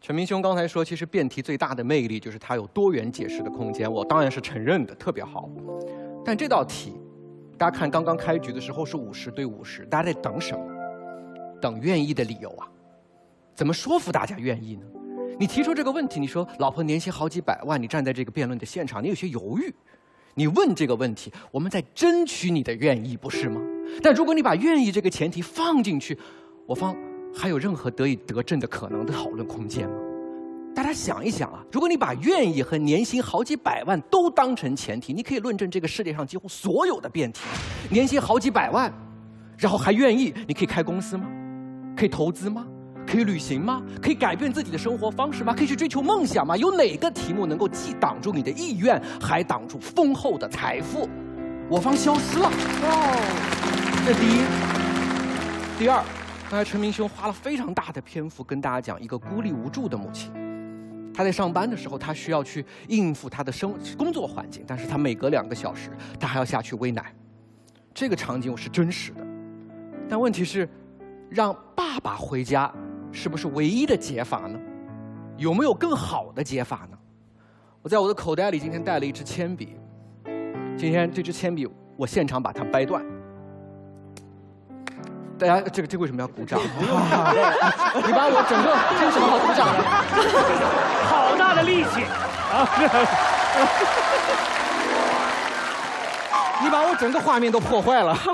陈明兄刚才说，其实辩题最大的魅力就是它有多元解释的空间，我当然是承认的，特别好。但这道题，大家看刚刚开局的时候是50对50，大家在等什么？等愿意的理由啊？怎么说服大家愿意呢？你提出这个问题，你说老婆年薪好几百万，你站在这个辩论的现场，你有些犹豫。你问这个问题，我们在争取你的愿意，不是吗？但如果你把愿意这个前提放进去，我方还有任何得以得证的可能的讨论空间吗？大家想一想啊，如果你把愿意和年薪好几百万都当成前提，你可以论证这个世界上几乎所有的辩题。年薪好几百万，然后还愿意，你可以开公司吗？可以投资吗？可以旅行吗？可以改变自己的生活方式吗？可以去追求梦想吗？有哪个题目能够既挡住你的意愿，还挡住丰厚的财富？我方消失了。这第一。第二，刚才陈明兄花了非常大的篇幅跟大家讲一个孤立无助的母亲。她在上班的时候，她需要去应付她的工作环境，但是她每隔2个小时，她还要下去喂奶。这个场景是真实的，但问题是，让爸爸回家是不是唯一的解法呢？有没有更好的解法呢？我在我的口袋里今天带了一支铅笔，今天这支铅笔我现场把它掰断。大家这个为什么要鼓掌？你把我整个这有什么好鼓掌的？ 好大的力气啊！ 你把我整个画面都破坏了。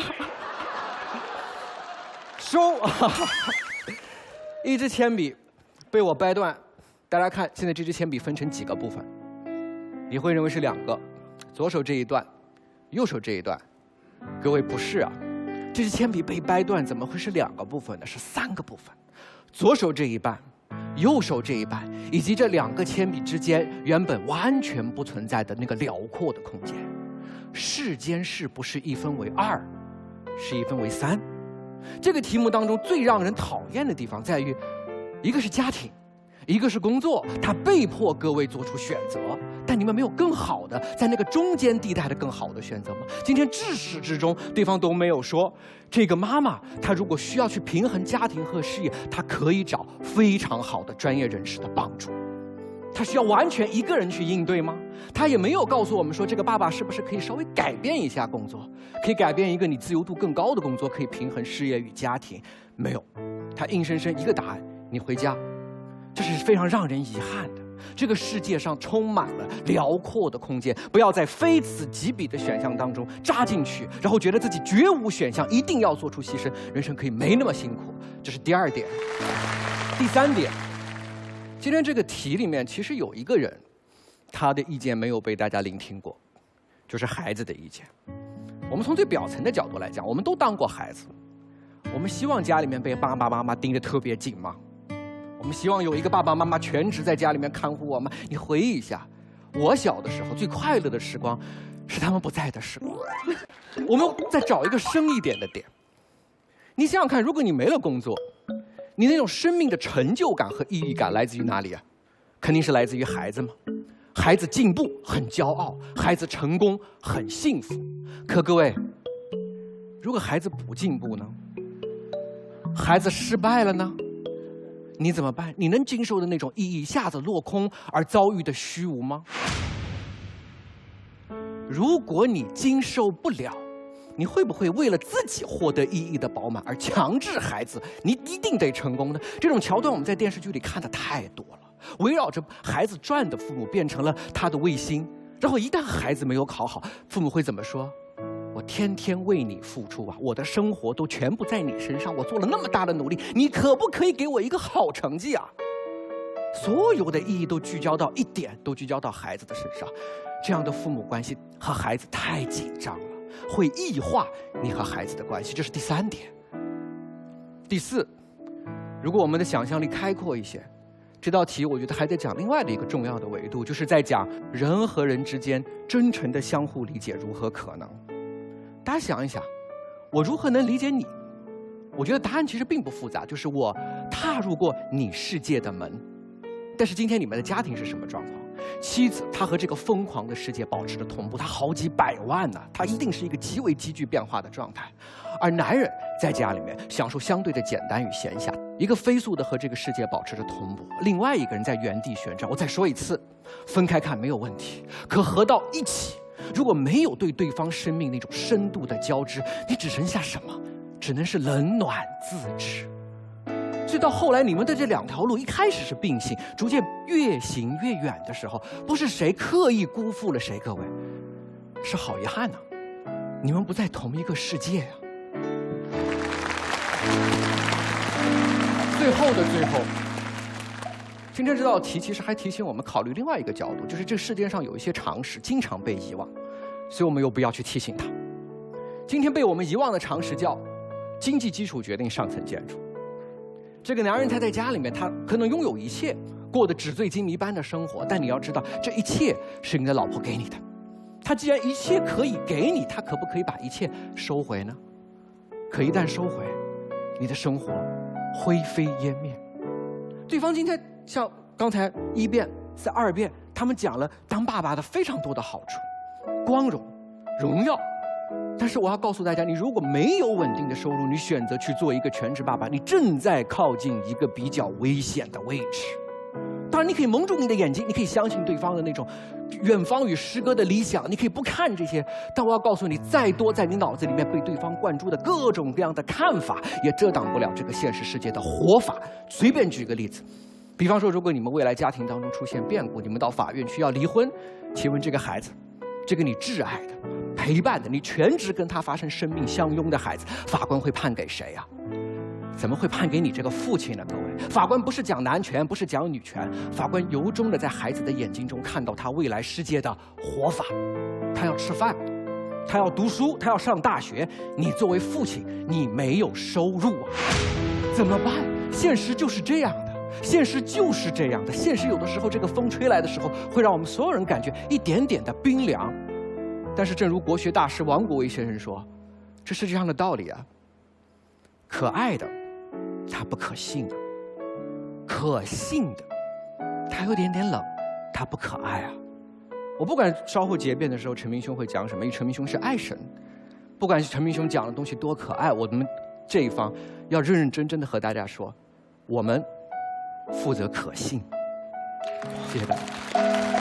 收！一支铅笔被我掰断，大家看，现在这支铅笔分成几个部分？你会认为是2个，左手这一段，右手这一段。各位不是啊，这支铅笔被掰断，怎么会是2个部分呢？是3个部分，左手这一半，右手这一半，以及这2个铅笔之间原本完全不存在的那个辽阔的空间。世间事不是1分为2，是1分为3。这个题目当中最让人讨厌的地方在于，一个是家庭，一个是工作，它被迫各位做出选择，但你们没有更好的，在那个中间地带的更好的选择吗？今天至始至终，对方都没有说，这个妈妈她如果需要去平衡家庭和事业，她可以找非常好的专业人士的帮助。他需要完全一个人去应对吗？他也没有告诉我们说，这个爸爸是不是可以稍微改变一下工作，可以改变一个你自由度更高的工作，可以平衡事业与家庭。没有，他硬生生一个答案：你回家。这是非常让人遗憾的。这个世界上充满了辽阔的空间，不要在非此即彼的选项当中扎进去，然后觉得自己绝无选项，一定要做出牺牲。人生可以没那么辛苦。这是第2点。第3点。今天这个题里面其实有一个人，他的意见没有被大家聆听过，就是孩子的意见。我们从最表层的角度来讲，我们都当过孩子，我们希望家里面被爸爸妈妈盯得特别紧吗？我们希望有一个爸爸妈妈全职在家里面看护我们？你回忆一下，我小的时候最快乐的时光，是他们不在的时光。我们再找一个深一点的点，你想想看，如果你没了工作，你那种生命的成就感和意义感来自于哪里啊？肯定是来自于孩子嘛。孩子进步很骄傲，孩子成功很幸福。可各位，如果孩子不进步呢？孩子失败了呢？你怎么办？你能经受的那种意义一下子落空而遭遇的虚无吗？如果你经受不了，你会不会为了自己获得意义的饱满而强制孩子你一定得成功呢？这种桥段我们在电视剧里看的太多了，围绕着孩子转的父母变成了他的卫星，然后一旦孩子没有考好，父母会怎么说？我天天为你付出啊，我的生活都全部在你身上，我做了那么大的努力，你可不可以给我一个好成绩啊？所有的意义都聚焦到一点，都聚焦到孩子的身上，这样的父母关系和孩子太紧张了，会异化你和孩子的关系，这是第3点。第4，如果我们的想象力开阔一些，这道题我觉得还得讲另外的一个重要的维度，就是在讲人和人之间真诚的相互理解如何可能。大家想一想，我如何能理解你？我觉得答案其实并不复杂，就是我踏入过你世界的门。但是今天你们的家庭是什么状况？ 妻子她和这个疯狂的世界保持着同步，她好几百万呢，她一定是一个极为急剧变化的状态。而男人在家里面享受相对的简单与闲暇，一个飞速的和这个世界保持着同步，另外一个人在原地旋转。我再说一次，分开看没有问题，可合到一起，如果没有对对方生命那种深度的交织，你只剩下什么？只能是冷暖自知。所以到后来，你们的这两条路一开始是并行，逐渐越行越远的时候，不是谁刻意辜负了谁，各位，是好遗憾呐，你们不在同一个世界呀。最后的最后，今天这道题其实还提醒我们考虑另外一个角度，就是这个世界上有一些常识经常被遗忘，所以我们又不要去提醒它。今天被我们遗忘的常识叫经济基础决定上层建筑。这个男人他在家里面，他可能拥有一切，过得纸醉金迷般的生活，但你要知道，这一切是你的老婆给你的。他既然一切可以给你，他可不可以把一切收回呢？可一旦收回，你的生活灰飞烟灭。对方今天像刚才1辩、2辩，他们讲了当爸爸的非常多的好处，光荣、荣耀。但是我要告诉大家，你如果没有稳定的收入，你选择去做一个全职爸爸，你正在靠近一个比较危险的位置。当然，你可以蒙住你的眼睛，你可以相信对方的那种远方与诗歌的理想，你可以不看这些。但我要告诉你，再多在你脑子里面被对方灌注的各种各样的看法，也遮挡不了这个现实世界的活法。随便举个例子，比方说，如果你们未来家庭当中出现变故，你们到法院需要离婚，请问这个孩子，这个你挚爱的、陪伴的、你全职跟他发生生命相拥的孩子，法官会判给谁呀？怎么会判给你这个父亲呢？各位，法官不是讲男权，不是讲女权，法官由衷的在孩子的眼睛中看到他未来世界的活法。他要吃饭，他要读书，他要上大学。你作为父亲，你没有收入啊，怎么办？现实就是这样的。现实就是这样的，现实有的时候这个风吹来的时候，会让我们所有人感觉一点点的冰凉。但是正如国学大师王国维先生说，这世界上的道理啊，可爱的它不可信啊，可信的它有点点冷，它不可爱啊。我不管稍后结辩的时候陈明兄会讲什么，因为陈明兄是爱神，不管陈明兄讲的东西多可爱，我们这一方要认认真真的和大家说，我们负责可信。谢谢大家。